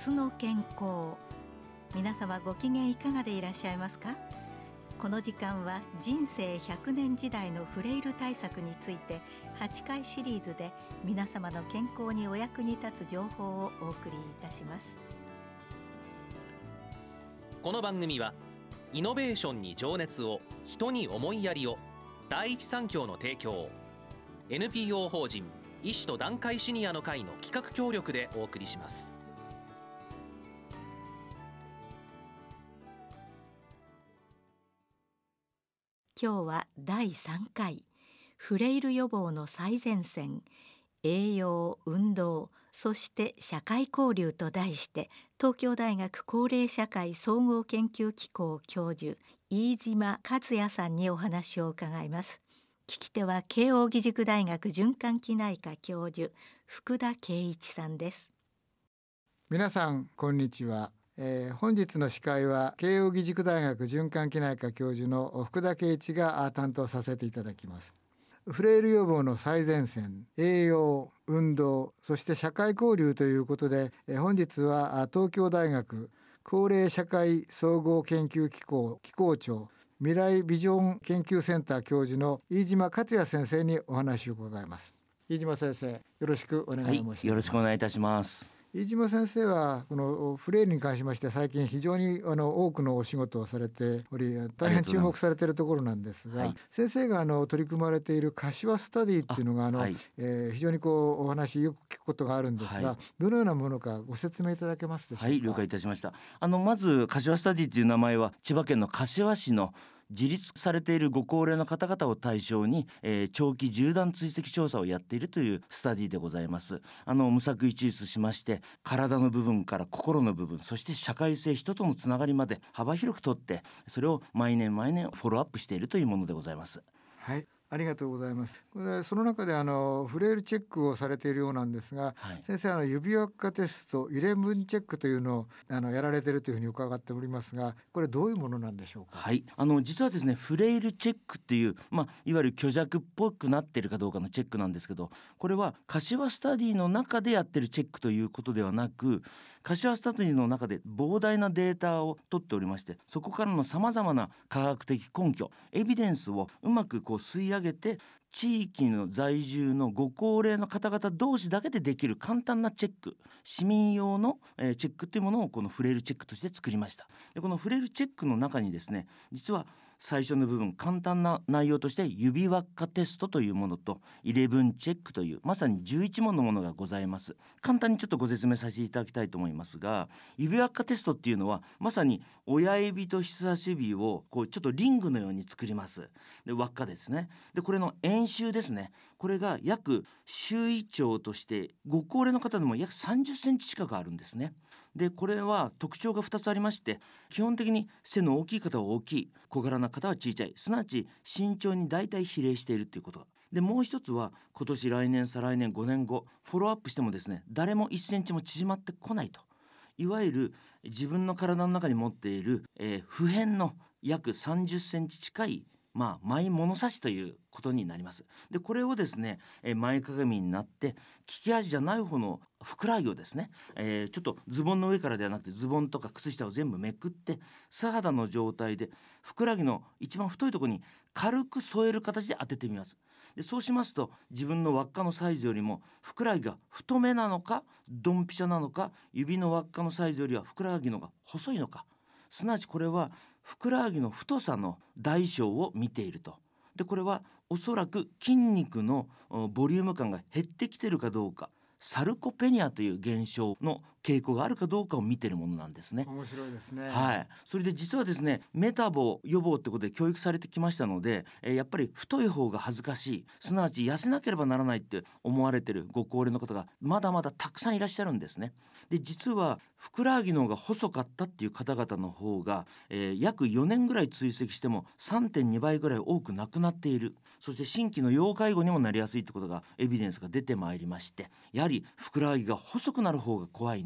明日の健康。皆様ご機嫌いかがでいらっしゃいますか？この時間は人生100年時代のフレイル対策について8回シリーズで皆様の健康にお役に立つ情報をお送りいたします。 この番組はイノベーションに情熱を、人に思いやりを、第一三共の提供、 NPO 法人医師と団塊シニアの会の企画協力でお送りします。 今日は第3回フレイル予防の最前線、栄養、運動、そして社会交流と題して、東京大学高齢社会総合研究機構教授飯島和也さんにお話を伺います。聞き手は慶應義塾大学循環器内科教授福田圭一さんです。 皆さんこんにちは。本日の司会は慶應義塾大学循環器内科教授の福田圭一が担当させていただきます。フレイル予防の最前線、栄養、運動、そして社会交流ということで、本日は東京大学高齢社会総合研究機構機構長、未来ビジョン研究センター教授の飯島克也先生にお話を伺います。飯島先生、よろしくお願い申し上げます。 よろしくお願いいたします。 飯島先生はこのフレイルに関しまして最近非常に多くのお仕事をされており、大変注目されているところなんですが、先生が取り組まれている柏スタディっていうのが非常にお話よく聞くことがあるんですが、どのようなものかご説明いただけますでしょうか？ はい、了解いたしました。まず柏スタディという名前は千葉県の柏市の自立されているご高齢の方々を対象に、長期縦断追跡調査をやっているというスタディでございます。無作為抽出しまして、体の部分から心の部分、そして社会性、人とのつながりまで幅広くとって、それを毎年毎年フォローアップしているというものでございます。 はい、ありがとうございます。その中でフレイルチェックをされているようなんですが、先生指輪っかテスト11チェックというのをやられているというふうに伺っておりますが、これどういうものなんでしょうか？ はい、実はですね、フレイルチェックっていう、いわゆる虚弱っぽくなっているかどうかのチェックなんですけど、これは柏スタディの中でやってるチェックということではなく、柏スタディの中で膨大なデータを取っておりまして、そこからのさまざまな科学的根拠、エビデンスをうまく吸い上げて、地域の在住のご高齢の方々同士だけでできる簡単なチェック、市民用のチェックというものをこのフレイルチェックとして作りました。でこのフレイルチェックの中にですね、実は最初の部分、簡単な内容として指輪っかテストというものと11チェックというまさに11問のものがございます。簡単にちょっとご説明させていただきたいと思いますが、指輪っかテストっていうのはまさに親指と人差し指をちょっとリングのように作ります。で輪っかですね。でこれの円周ですね、これが約周囲長としてご高齢の方でも約30センチ近くあるんですね。でこれは特徴が2つありまして、基本的に背の大きい方は大きい、小柄な方は小さい、すなわち身長に大体比例しているということで、もう一つは今年、来年、再来年、5年後フォローアップしてもですね、誰も1センチも縮まってこないと、いわゆる自分の体の中に持っている、普遍の約30センチ近いマイ物差しということになります。でこれをですね、前かがみになって利き足じゃない方のふくらはぎをですね、ちょっとズボンの上からではなくてズボンとか靴下を全部めくって素肌の状態でふくらはぎの一番太いところに軽く添える形で当ててみます。でそうしますと、自分の輪っかのサイズよりもふくらはぎが太めなのかドンピシャなのか、指の輪っかのサイズよりはふくらはぎのが細いのか、すなわちこれはふくらはぎの太さの大小を見ていると。でこれはおそらく筋肉のボリューム感が減ってきているかどうか、サルコペニアという現象の傾向があるかどうかを見ているものなんですね。 面白いですね。 はい、それで実はですね、メタボ予防ってことで教育されてきましたので、やっぱり太い方が恥ずかしい、すなわち痩せなければならないって思われているご高齢の方がまだまだたくさんいらっしゃるんですね。で実はふくらはぎの方が細かったっていう方々の方が、約4年ぐらい追跡しても 3.2 倍ぐらい多くなくなっている。そして新規の要介護にもなりやすいってことがエビデンスが出てまいりまして、やはりふくらはぎが細くなる方が怖いねと。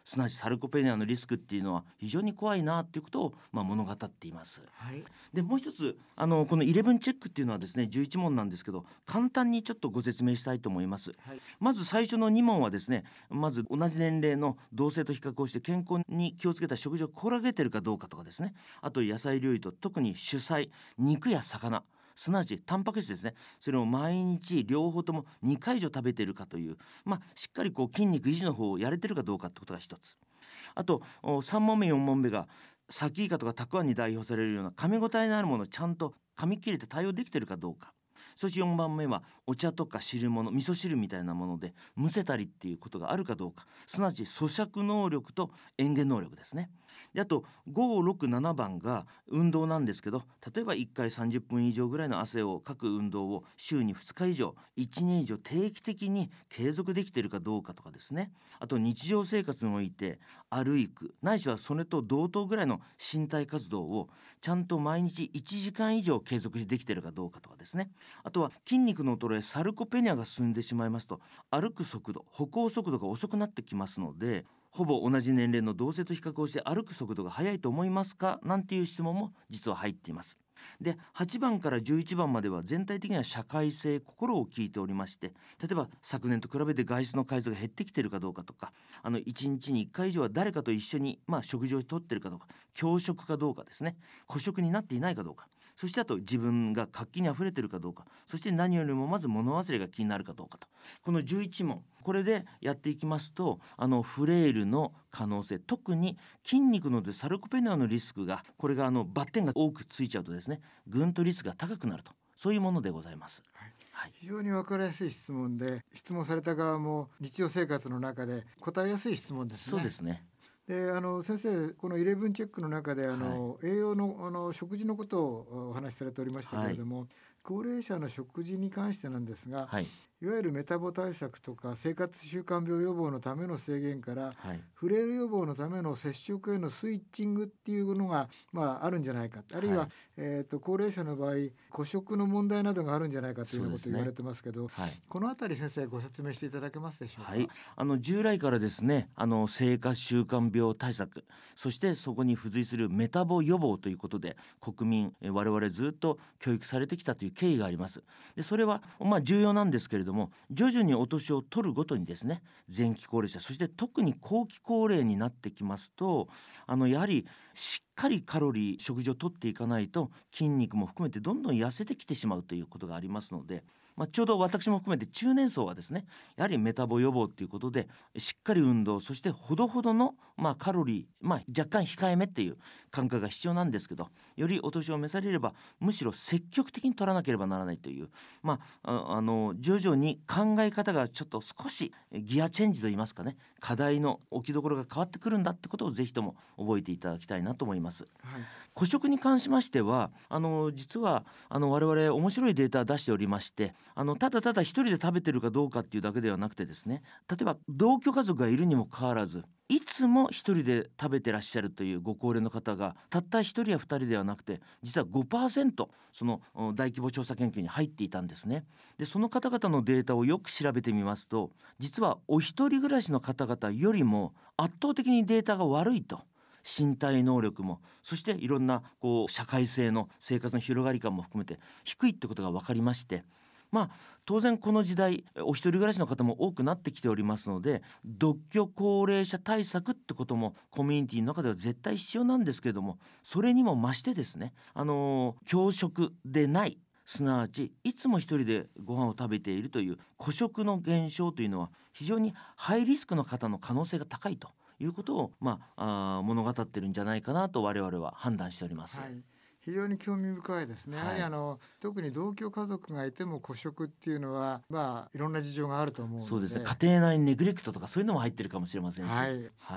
すなわちサルコペニアのリスクっていうのは非常に怖いなっていうことを物語っています。 はい、 でもう一つこの11チェックっていうのはですね11問なんですけど、簡単にちょっとご説明したいと思います。 はい、 まず最初の2問はですね、まず同じ年齢の同性と比較をして健康に気をつけた食事を心がけているかどうかとかですね、あと野菜類と特に主菜、肉や魚、すなわちタンパク質ですね、それを毎日両方とも2回以上食べているかという、しっかり筋肉維持の方をやれてるかどうかってことが一つ。あと3問目4問目がサキイカとかたくあんに代表されるような噛み応えのあるものをちゃんと噛み切れて対応できているかどうか。そして4番目はお茶とか汁物、味噌汁みたいなものでむせたりっていうことがあるかどうか、すなわち咀嚼能力と嚥下能力ですね。であと5、6、7番が運動なんですけど、例えば1回30分以上ぐらいの汗をかく運動を週に2日以上1年以上定期的に継続できているかどうかとかですね。あと日常生活において歩くないしはそれと同等ぐらいの身体活動をちゃんと毎日1時間以上継続できているかどうかとかですね。あとは筋肉の衰え、サルコペニアが進んでしまいますと歩く速度、歩行速度が遅くなってきますので、ほぼ同じ年齢の同性と比較をして歩く速度が速いと思いますかなんていう質問も実は入っています。で8番から11番までは全体的には社会性、心を聞いておりまして、例えば昨年と比べて外出の回数が減ってきているかどうかとか、1日に1回以上は誰かと一緒に食事をとっているかどうか、共食かどうかですね、孤食になっていないかどうか、そしてあと自分が活気にあふれているかどうか、そして何よりもまず物忘れが気になるかどうかと、この11問これでやっていきますとフレイルの可能性、特に筋肉のサルコペニアのリスクが、これがバッテンが多くついちゃうとですね、ぐんとリスクが高くなると、そういうものでございます。 はい、非常に分かりやすい質問で、質問された側も日常生活の中で答えやすい質問ですね。 そうですね。 で先生、この11チェックの中で栄養の食事のことをお話しされておりましたけれども、高齢者の食事に関してなんですが、いわゆるメタボ対策とか生活習慣病予防のための制限から、フレイル予防のための摂食へのスイッチングっていうのが、あるんじゃないか、あるいは、高齢者の場合孤食の問題などがあるんじゃないかというようなことを言われてますけど、このあたり先生ご説明していただけますでしょうか。 従来からですね生活習慣病対策、そしてそこに付随するメタボ予防ということで国民我々ずっと教育されてきたという経緯があります。でそれは重要なんですけれども、徐々にお年を取るごとにですね、前期高齢者、そして特に後期高齢になってきますとやはりしっかりカロリー食事をとっていかないと筋肉も含めてどんどん痩せてきてしまうということがありますので、ちょうど私も含めて中年層はですね、やはりメタボ予防ということでしっかり運動、そしてほどほどの、カロリー、若干控えめっていう感覚が必要なんですけど、よりお年を召されればむしろ積極的に取らなければならないという、徐々に考え方がちょっと少しギアチェンジといいますかね、課題の置きどころが変わってくるんだってことをぜひとも覚えていただきたいなと思います。孤食に関しましては実は我々面白いデータを出しておりまして、ただただ一人で食べてるかどうかっていうだけではなくてですね、例えば同居家族がいるにもかかわらずいつも一人で食べてらっしゃるというご高齢の方がたった一人や二人ではなくて実は 5% その大規模調査研究に入っていたんですね。でその方々のデータをよく調べてみますと、実はお一人暮らしの方々よりも圧倒的にデータが悪いと、身体能力もそしていろんな社会性の生活の広がり感も含めて低いってことが分かりまして、当然この時代お一人暮らしの方も多くなってきておりますので、独居高齢者対策ってこともコミュニティの中では絶対必要なんですけれども、それにも増してですね共食でない、すなわちいつも一人でご飯を食べているという孤食の減少というのは非常にハイリスクの方の可能性が高いということを、物語ってるんじゃないかなと我々は判断しております。 非常に興味深いですね。やはり特に同居家族がいても孤食っていうのはいろんな事情があると思うので、 そうですね、家庭内ネグレクトとかそういうのも入ってるかもしれませんし、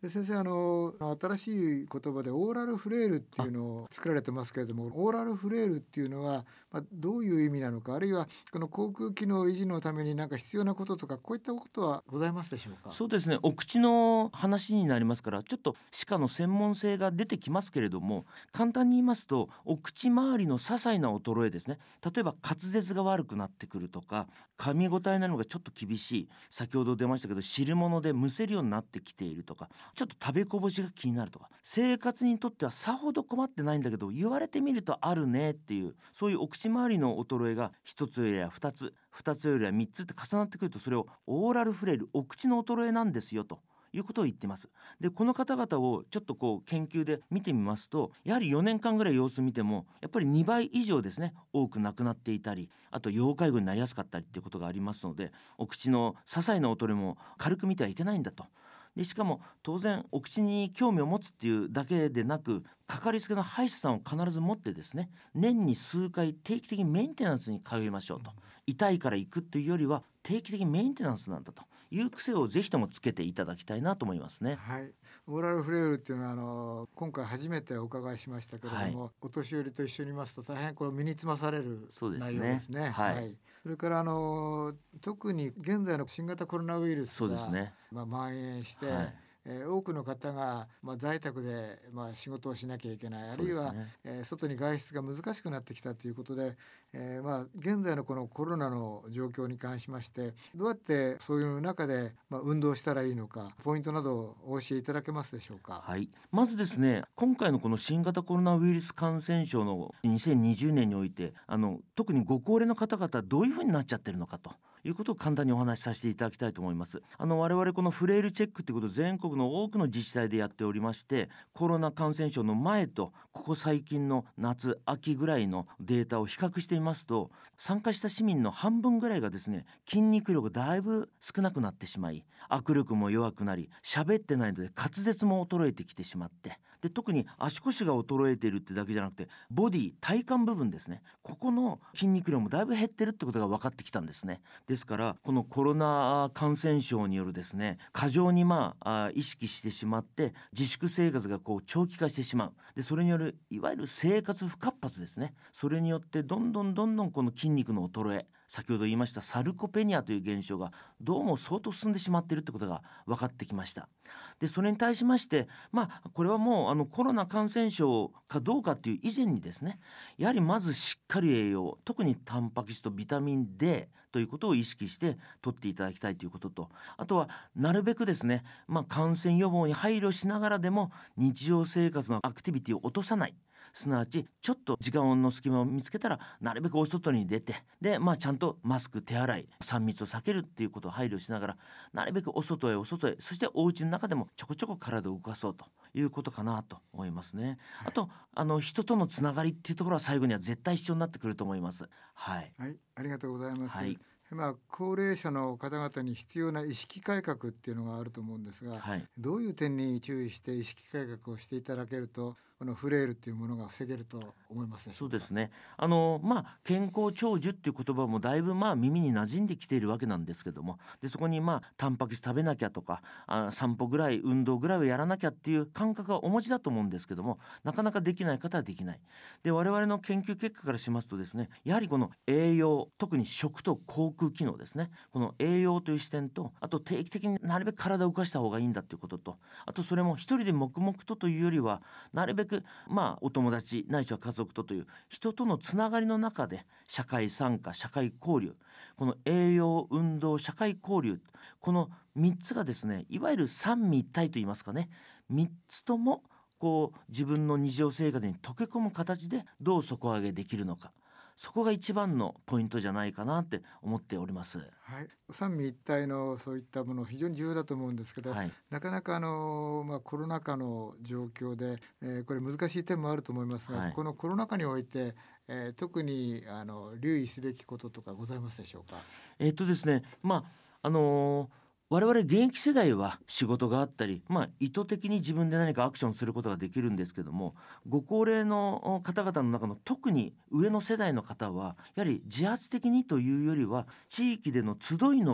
で先生新しい言葉でオーラルフレイルっていうのを作られてますけれども、オーラルフレイルっていうのは、どういう意味なのか、あるいはこの口腔機能維持のために何か必要なこととか、こういったことはございますでしょうか。 そうですね、お口の話になりますから、ちょっと歯科の専門性が出てきますけれども、簡単に言いますと、お口周りの些細な衰えですね。例えば滑舌が悪くなってくるとか、噛み応えなのがちょっと厳しい、先ほど出ましたけど汁物でむせるようになってきているとか、ちょっと食べこぼしが気になるとか、生活にとってはさほど困ってないんだけど言われてみるとあるねっていう、そういうお口周りの衰えが一つよりは二つ、二つよりは三つって重なってくると、それをオーラルフレイル、お口の衰えなんですよということを言ってます。でこの方々をちょっと研究で見てみますと、やはり4年間ぐらい様子見てもやっぱり2倍以上ですね、多く亡くなっていたり、あと要介護になりやすかったりっていうことがありますので、お口の些細な衰えも軽く見てはいけないんだと。でしかも当然お口に興味を持つっていうだけでなく、かかりつけの歯医者さんを必ず持ってですね、年に数回定期的にメンテナンスに通いましょうと。痛いから行くっていうよりは定期的にメンテナンスなんだという癖をぜひともつけていただきたいなと思いますね。 はい、オーラルフレイルっていうのは今回初めてお伺いしましたけれども、お年寄りと一緒にいますと大変身につまされる内容ですね。それから特に現在の新型コロナウイルスが、蔓延して、多くの方が、在宅で、仕事をしなきゃいけない、あるいは、外に外出が難しくなってきたということで、現在のこのコロナの状況に関しまして、どうやってそういう中で、運動したらいいのか、ポイントなどをお教えいただけますでしょうか。 まずですね、今回のこの新型コロナウイルス感染症の2020年において特にご高齢の方々どういうふうになっちゃってるのかということを簡単にお話しさせていただきたいと思います。我々このフレイルチェックということを全国の多くの自治体でやっておりまして、コロナ感染症の前とここ最近の夏秋ぐらいのデータを比較してみますと、参加した市民の半分ぐらいがですね、筋肉量がだいぶ少なくなってしまい、握力も弱くなり、喋ってないので滑舌も衰えてきてしまって、で特に足腰が衰えているってだけじゃなくて、ボディ体幹部分ですね、ここの筋肉量もだいぶ減ってるってことが分かってきたんですね。ですからこのコロナ感染症によるですね、過剰に意識してしまって自粛生活が長期化してしまう。でそれによるいわゆる生活不活発ですね。それによってどんどんこの筋肉の衰え、先ほど言いましたサルコペニアという現象がどうも相当進んでしまっているってことが分かってきました。でそれに対しまして、これはもうコロナ感染症かどうかっていう以前にですね、やはりまずしっかり栄養、特にタンパク質とビタミン D ということを意識して取っていただきたいということと、あとはなるべくですね、感染予防に配慮しながらでも日常生活のアクティビティを落とさない、すなわちちょっと時間の隙間を見つけたらなるべくお外に出て、でちゃんとマスク、手洗い、3密を避けるっていうことを配慮しながら、なるべくお外へ、そしてお家の中でもちょこちょこ体を動かそうということかなと思いますね。あと人とのつながりっていうところは最後には絶対必要になってくると思います。 ありがとうございます。高齢者の方々に必要な意識改革っていうのがあると思うんですが、どういう点に注意して意識改革をしていただけるとこのフレイルっていうものが防げると思いますでしょうか。 そうですね、健康長寿っていう言葉もだいぶ耳に馴染んできているわけなんですけども、でそこにタンパク質食べなきゃとか散歩ぐらい運動ぐらいはやらなきゃっていう感覚はお持ちだと思うんですけども、なかなかできない方はできない。で我々の研究結果からしますとですね、やはりこの栄養、特に食と口腔機能ですね、この栄養という視点と、あと定期的になるべく体を動かした方がいいんだということと、あとそれも一人で黙々というよりはなるべくお友達ないしは家族という人とのつながりの中で社会参加、社会交流、この栄養、運動、社会交流、この3つがですね、いわゆる三位一体といいますかね、3つとも自分の日常生活に溶け込む形でどう底上げできるのか、そこが一番のポイントじゃないかなって思っております。 三位一体のそういったもの非常に重要だと思うんですけど、なかなかコロナ禍の状況で、これ難しい点もあると思いますが、このコロナ禍において、特に留意すべきこととかございますでしょうか。 ですね、我々現役世代は仕事があったり、意図的に自分で何かアクションすることができるんですけども、ご高齢の方々の中の特に上の世代の方はやはり自発的にというよりは地域での集いの場、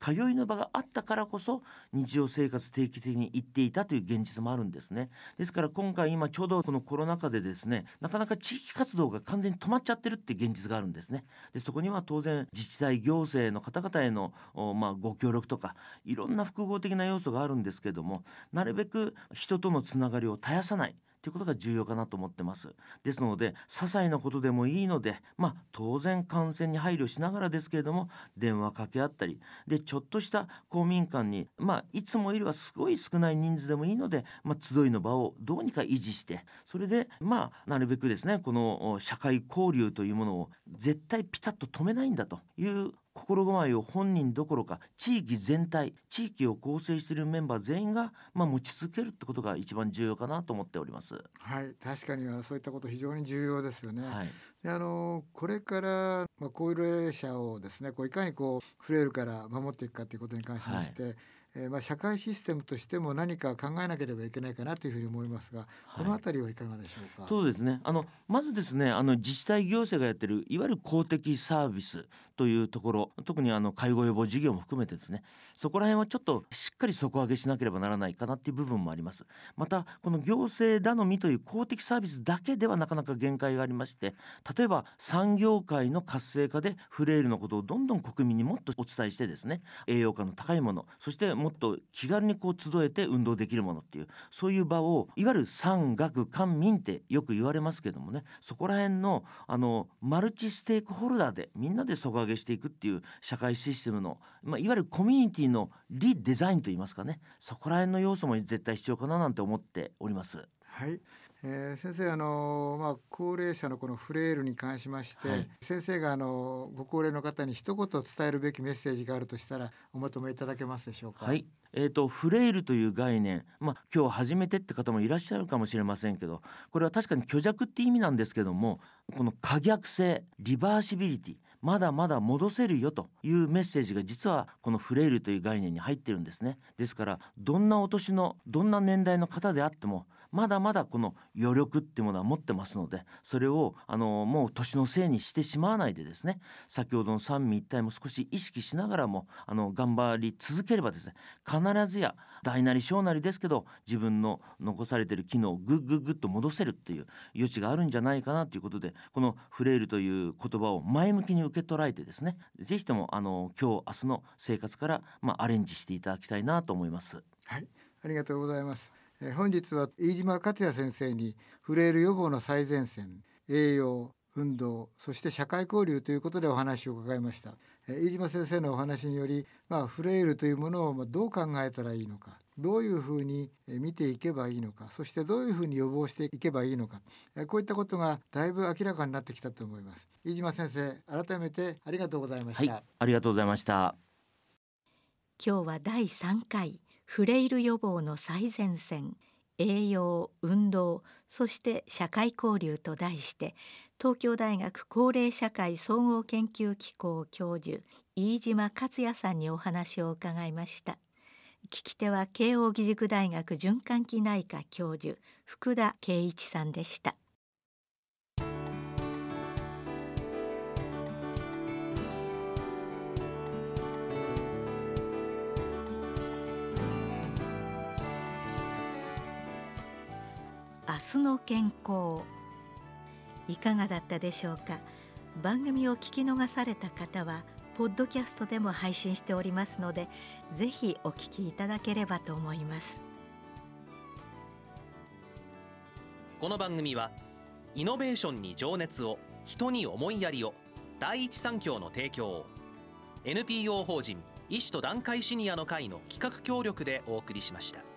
通いの場があったからこそ日常生活定期的に行っていたという現実もあるんですね。ですから今回ちょうどこのコロナ禍でですね、なかなか地域活動が完全に止まっちゃってるって現実があるんですね。でそこには当然自治体行政の方々へのご協力とかいろんな複合的な要素があるんですけども、なるべく人とのつながりを絶やさないということが重要かなと思ってます。ですので些細なことでもいいので、当然感染に配慮しながらですけれども電話かけ合ったりで、ちょっとした公民館にいつもよりはすごい少ない人数でもいいので、集いの場をどうにか維持して、それでなるべくですね、この社会交流というものを絶対ピタッと止めないんだという心構えを本人どころか地域全体、地域を構成しているメンバー全員が持ち続けるってことが一番重要かなと思っております。 はい、確かにそういったこと非常に重要ですよね。 はい、 でこれから高齢者をですねいかにフレイルから守っていくかということに関しまして、社会システムとしても何か考えなければいけないかなというふうに思いますが、このあたりはいかがでしょうか。 そうですね、まずですね、自治体行政がやっているいわゆる公的サービスというところ、特に介護予防事業も含めてですね、そこら辺はちょっとしっかり底上げしなければならないかなっていう部分もあります。またこの行政頼みという公的サービスだけではなかなか限界がありまして、例えば産業界の活性化でフレイルのことをどんどん国民にもっとお伝えしてですね、栄養価の高いもの、そしてもっと気軽に集えて運動できるものっていう、そういう場をいわゆる産学官民ってよく言われますけどもね、そこら辺のマルチステークホルダーでみんなで底上げしていくっていう社会システムの、いわゆるコミュニティのリデザインといいますかね、そこら辺の要素も絶対必要かななんて思っております。 はい、先生高齢者のこのフレイルに関しまして、先生がご高齢の方に一言伝えるべきメッセージがあるとしたらお求めいただけますでしょうか。 はい、フレイルという概念、今日初めてって方もいらっしゃるかもしれませんけど、これは確かに虚弱って意味なんですけども、この可逆性、リバーシビリティ、まだまだ戻せるよというメッセージが実はこのフレイルという概念に入ってるんですね。ですからどんなお年のどんな年代の方であってもまだまだこの余力っていうものは持ってますので、それをもう年のせいにしてしまわないでですね、先ほどの三位一体も少し意識しながらも頑張り続ければですね、必ずや大なり小なりですけど自分の残されている機能をぐっと戻せるっていう余地があるんじゃないかなということで、このフレイルという言葉を前向きに受け捉えてですね、ぜひとも今日明日の生活からアレンジしていただきたいなと思います。 はい、ありがとうございます。本日は飯島克也先生にフレイル予防の最前線、栄養、運動、そして社会交流ということでお話を伺いました。飯島先生のお話により、フレイルというものをどう考えたらいいのか、どういうふうに見ていけばいいのか、そしてどういうふうに予防していけばいいのか、こういったことがだいぶ明らかになってきたと思います。飯島先生、改めてありがとうございました。 はい、ありがとうございました。 今日は第3回フレイル予防の最前線、栄養、運動、そして社会交流と題して東京大学高齢社会総合研究機構教授飯島克也さんにお話を伺いました。聞き手は慶應義塾大学循環器内科教授福田圭一さんでした。明日の健康、いかがだったでしょうか。番組を聞き逃された方はポッドキャストでも配信しておりますので、ぜひお聞きいただければと思います。 この番組はイノベーションに情熱を、人に思いやりを、第一三共の提供、 NPO 法人医師と団塊シニアの会の企画協力でお送りしました。